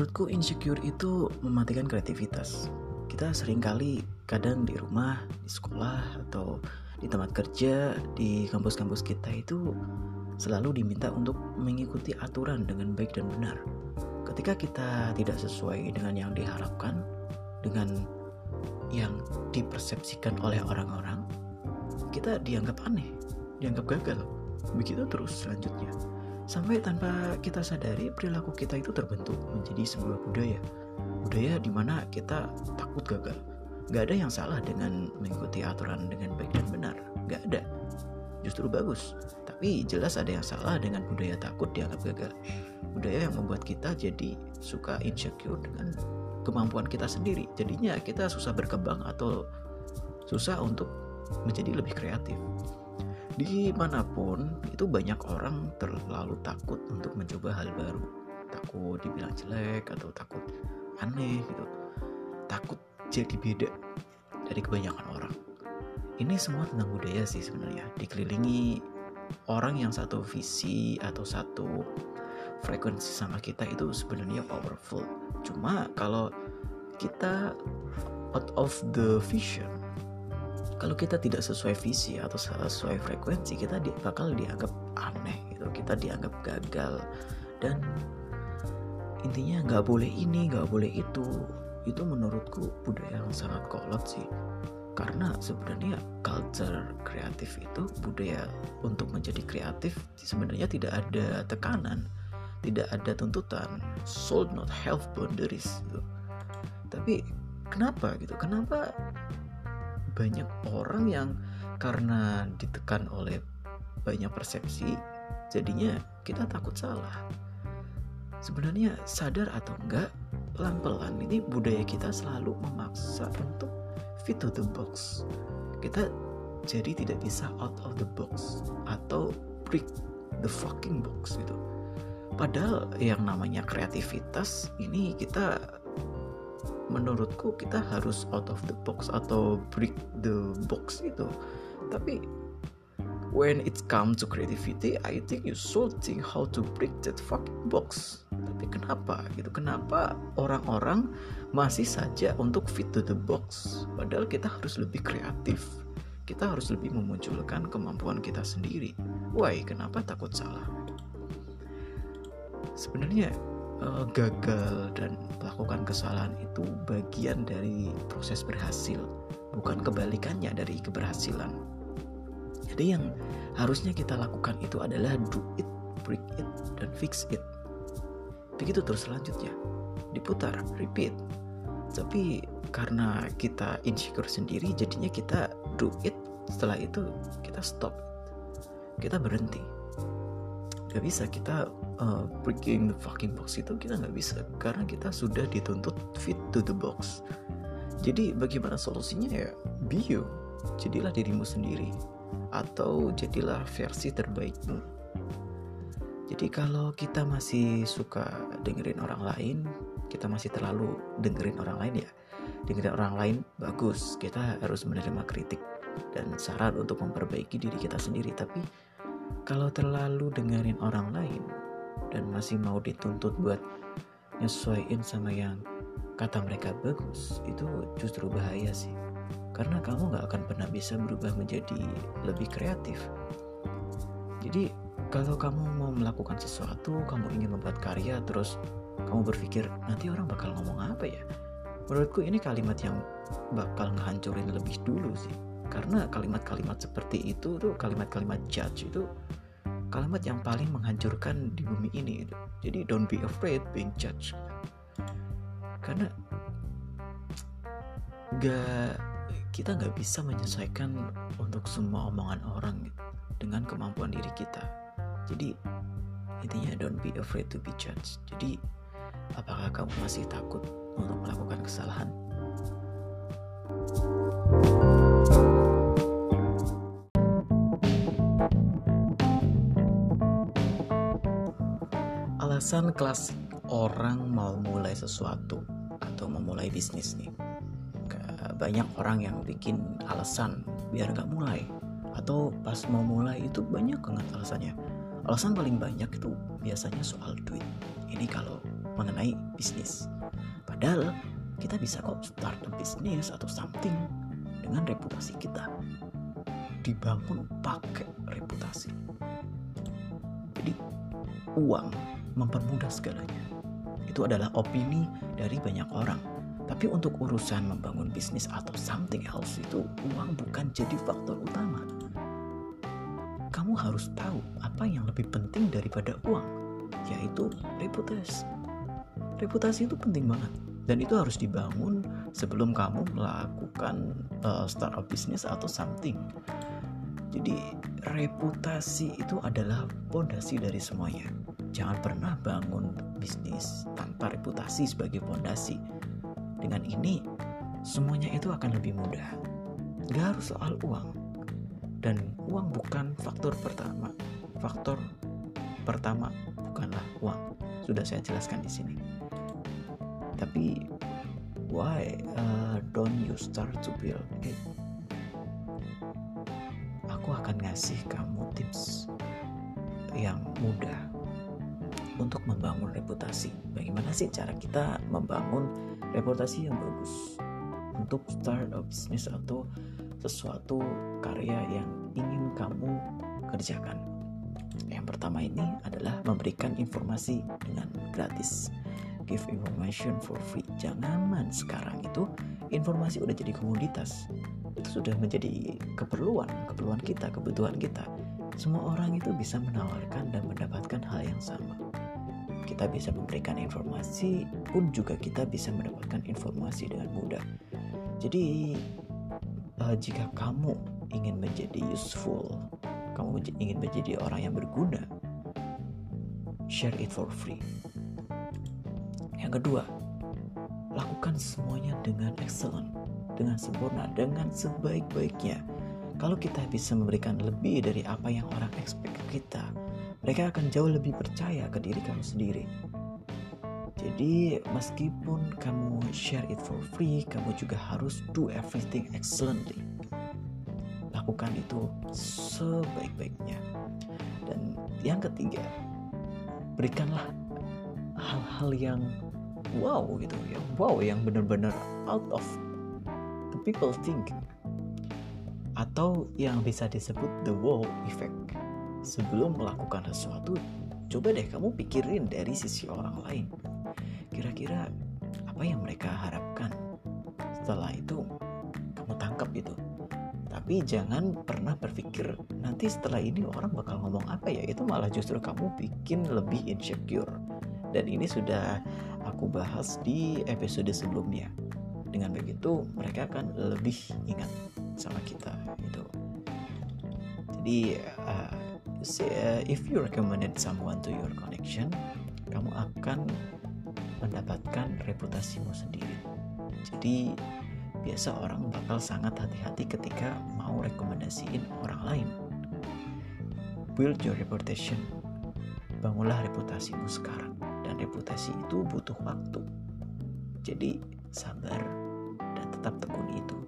Menurutku insecure itu mematikan kreativitas. Kita seringkali kadang di rumah, di sekolah, atau di tempat kerja, di kampus-kampus kita itu selalu diminta untuk mengikuti aturan dengan baik dan benar. Ketika kita tidak sesuai dengan yang diharapkan, dengan yang dipersepsikan oleh orang-orang, kita dianggap aneh, dianggap gagal. Begitu terus selanjutnya. Sampai tanpa kita sadari perilaku kita itu terbentuk menjadi sebuah budaya. Budaya di mana kita takut gagal. Gak ada yang salah dengan mengikuti aturan dengan baik dan benar. Gak ada. Justru bagus. Tapi jelas ada yang salah dengan budaya takut dianggap gagal. Budaya yang membuat kita jadi suka insecure dengan kemampuan kita sendiri. Jadinya kita susah berkembang atau susah untuk menjadi lebih kreatif. Dimanapun itu banyak orang terlalu takut untuk mencoba hal baru, takut dibilang jelek atau takut aneh gitu, takut jadi beda dari kebanyakan orang. Ini semua tentang budaya sih sebenarnya. Dikelilingi orang yang satu visi atau satu frekuensi sama kita itu sebenarnya powerful. Cuma kalau kita out of the vision, kalau kita tidak sesuai visi atau sesuai frekuensi, kita bakal dianggap aneh gitu. Kita dianggap gagal. Dan intinya gak boleh ini, gak boleh itu. Itu menurutku budaya yang sangat kolot sih. Karena sebenarnya culture kreatif itu, budaya untuk menjadi kreatif sebenarnya tidak ada tekanan, tidak ada tuntutan. Should not have boundaries gitu. Tapi kenapa gitu? Kenapa banyak orang yang karena ditekan oleh banyak persepsi, jadinya kita takut salah. Sebenarnya sadar atau enggak, pelan-pelan ini budaya kita selalu memaksa untuk fit to the box. Kita jadi tidak bisa out of the box atau break the fucking box gitu. Padahal yang namanya kreativitas ini menurutku kita harus out of the box atau break the box itu. Tapi when it comes to creativity, I think you should think how to break that fucking box. Tapi kenapa gitu? Kenapa orang-orang masih saja untuk fit to the box? Padahal kita harus lebih kreatif. Kita harus lebih memunculkan kemampuan kita sendiri. Why? Kenapa takut salah? Sebenarnya gagal dan melakukan kesalahan itu bagian dari proses berhasil, bukan kebalikannya dari keberhasilan. Jadi yang harusnya kita lakukan itu adalah do it, break it, dan fix it. Begitu terus selanjutnya, diputar, repeat. Tapi karena kita insecure sendiri, jadinya kita do it, setelah itu kita stop, kita berhenti. Gak bisa kita breaking the fucking box itu, kita gak bisa karena kita sudah dituntut fit to the box. Jadi bagaimana solusinya ya? Be you, jadilah dirimu sendiri atau jadilah versi terbaikmu. Jadi kalau kita masih suka dengerin orang lain, kita masih terlalu dengerin orang lain ya. Dengerin orang lain bagus, kita harus menerima kritik dan saran untuk memperbaiki diri kita sendiri. Tapi kalau terlalu dengerin orang lain dan masih mau dituntut buat nyesuaiin sama yang kata mereka bagus, itu justru bahaya sih. Karena kamu gak akan pernah bisa berubah menjadi lebih kreatif. Jadi kalau kamu mau melakukan sesuatu, kamu ingin membuat karya, terus kamu berpikir nanti orang bakal ngomong apa ya? Menurutku ini kalimat yang bakal ngehancurin lebih dulu sih. Karena kalimat-kalimat seperti itu tuh, kalimat-kalimat judge itu kalimat yang paling menghancurkan di bumi ini gitu. Jadi don't be afraid being judged. Karena kita gak bisa menyesuaikan untuk semua omongan orang gitu, dengan kemampuan diri kita. Jadi intinya don't be afraid to be judged. Jadi apakah kamu masih takut untuk melakukan kesalahan? Alasan klasik orang mau mulai sesuatu atau memulai bisnis nih. Banyak orang yang bikin alasan biar gak mulai, atau pas mau mulai itu banyak banget alasannya. Alasan paling banyak itu biasanya soal duit. Ini kalau mengenai bisnis. Padahal kita bisa kok start a business atau something dengan reputasi kita. Dibangun pakai reputasi. Jadi uang mempermudah segalanya. Itu adalah opini dari banyak orang. Tapi untuk urusan membangun bisnis atau something else itu uang bukan jadi faktor utama. Kamu harus tahu apa yang lebih penting daripada uang, yaitu reputasi. Reputasi itu penting banget. Dan itu harus dibangun sebelum kamu melakukan startup bisnis atau something. Jadi reputasi itu adalah fondasi dari semuanya. Jangan pernah bangun bisnis tanpa reputasi sebagai fondasi. Dengan ini semuanya itu akan lebih mudah. Gak harus soal uang. Dan uang bukan faktor pertama. Faktor pertama bukanlah uang. Sudah saya jelaskan di sini. Tapi why don't you start to build it? Aku akan ngasih kamu tips yang mudah untuk membangun reputasi. Bagaimana sih cara kita membangun reputasi yang bagus untuk start a business atau sesuatu karya yang ingin kamu kerjakan? Yang pertama ini adalah memberikan informasi dengan gratis. Give information for free. Jangan sekarang itu informasi udah jadi komoditas. Itu sudah menjadi keperluan kita, kebutuhan kita. Semua orang itu bisa menawarkan dan mendapatkan hal yang sama. Kita bisa memberikan informasi pun juga kita bisa mendapatkan informasi dengan mudah. Jadi jika kamu ingin menjadi useful, kamu ingin menjadi orang yang berguna, share it for free. Yang kedua, lakukan semuanya dengan excellent, dengan sempurna, dengan sebaik-baiknya. Kalau kita bisa memberikan lebih dari apa yang orang expect ke kita, mereka akan jauh lebih percaya ke diri kamu sendiri. Jadi meskipun kamu share it for free, kamu juga harus do everything excellently. Lakukan itu sebaik-baiknya. Dan yang ketiga, berikanlah hal-hal yang wow gitu, yang benar-benar out of the people think, atau yang bisa disebut the wow effect. Sebelum melakukan sesuatu, coba deh kamu pikirin dari sisi orang lain. Kira-kira apa yang mereka harapkan? Setelah itu kamu tangkap itu. Tapi jangan pernah berpikir nanti setelah ini orang bakal ngomong apa ya. Itu malah justru kamu bikin lebih insecure. Dan ini sudah aku bahas di episode sebelumnya. Dengan begitu mereka akan lebih ingat sama kita itu. Jadi if you recommended someone to your connection, kamu akan mendapatkan reputasimu sendiri. Jadi biasa orang bakal sangat hati-hati ketika mau rekomendasiin orang lain. Build your reputation. Bangunlah reputasimu sekarang. Dan reputasi itu butuh waktu. Jadi sabar dan tetap tekuni itu.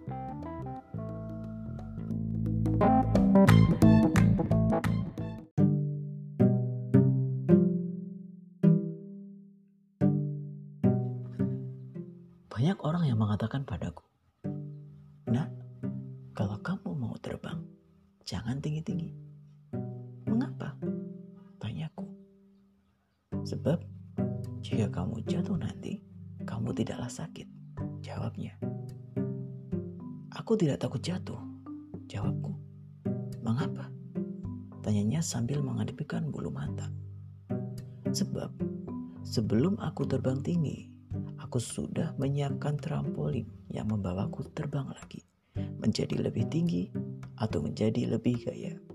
Banyak orang yang mengatakan padaku, "Nak, kalau kamu mau terbang, jangan tinggi-tinggi." Mengapa? Tanyaku. Sebab jika kamu jatuh nanti, kamu tidaklah sakit. Jawabnya. Aku tidak takut jatuh. Jawabku. Mengapa? Tanyanya sambil mengadipkan bulu mata. Sebab sebelum aku terbang tinggi, aku sudah menyiapkan trampolin yang membawaku terbang lagi, menjadi lebih tinggi atau menjadi lebih gaya.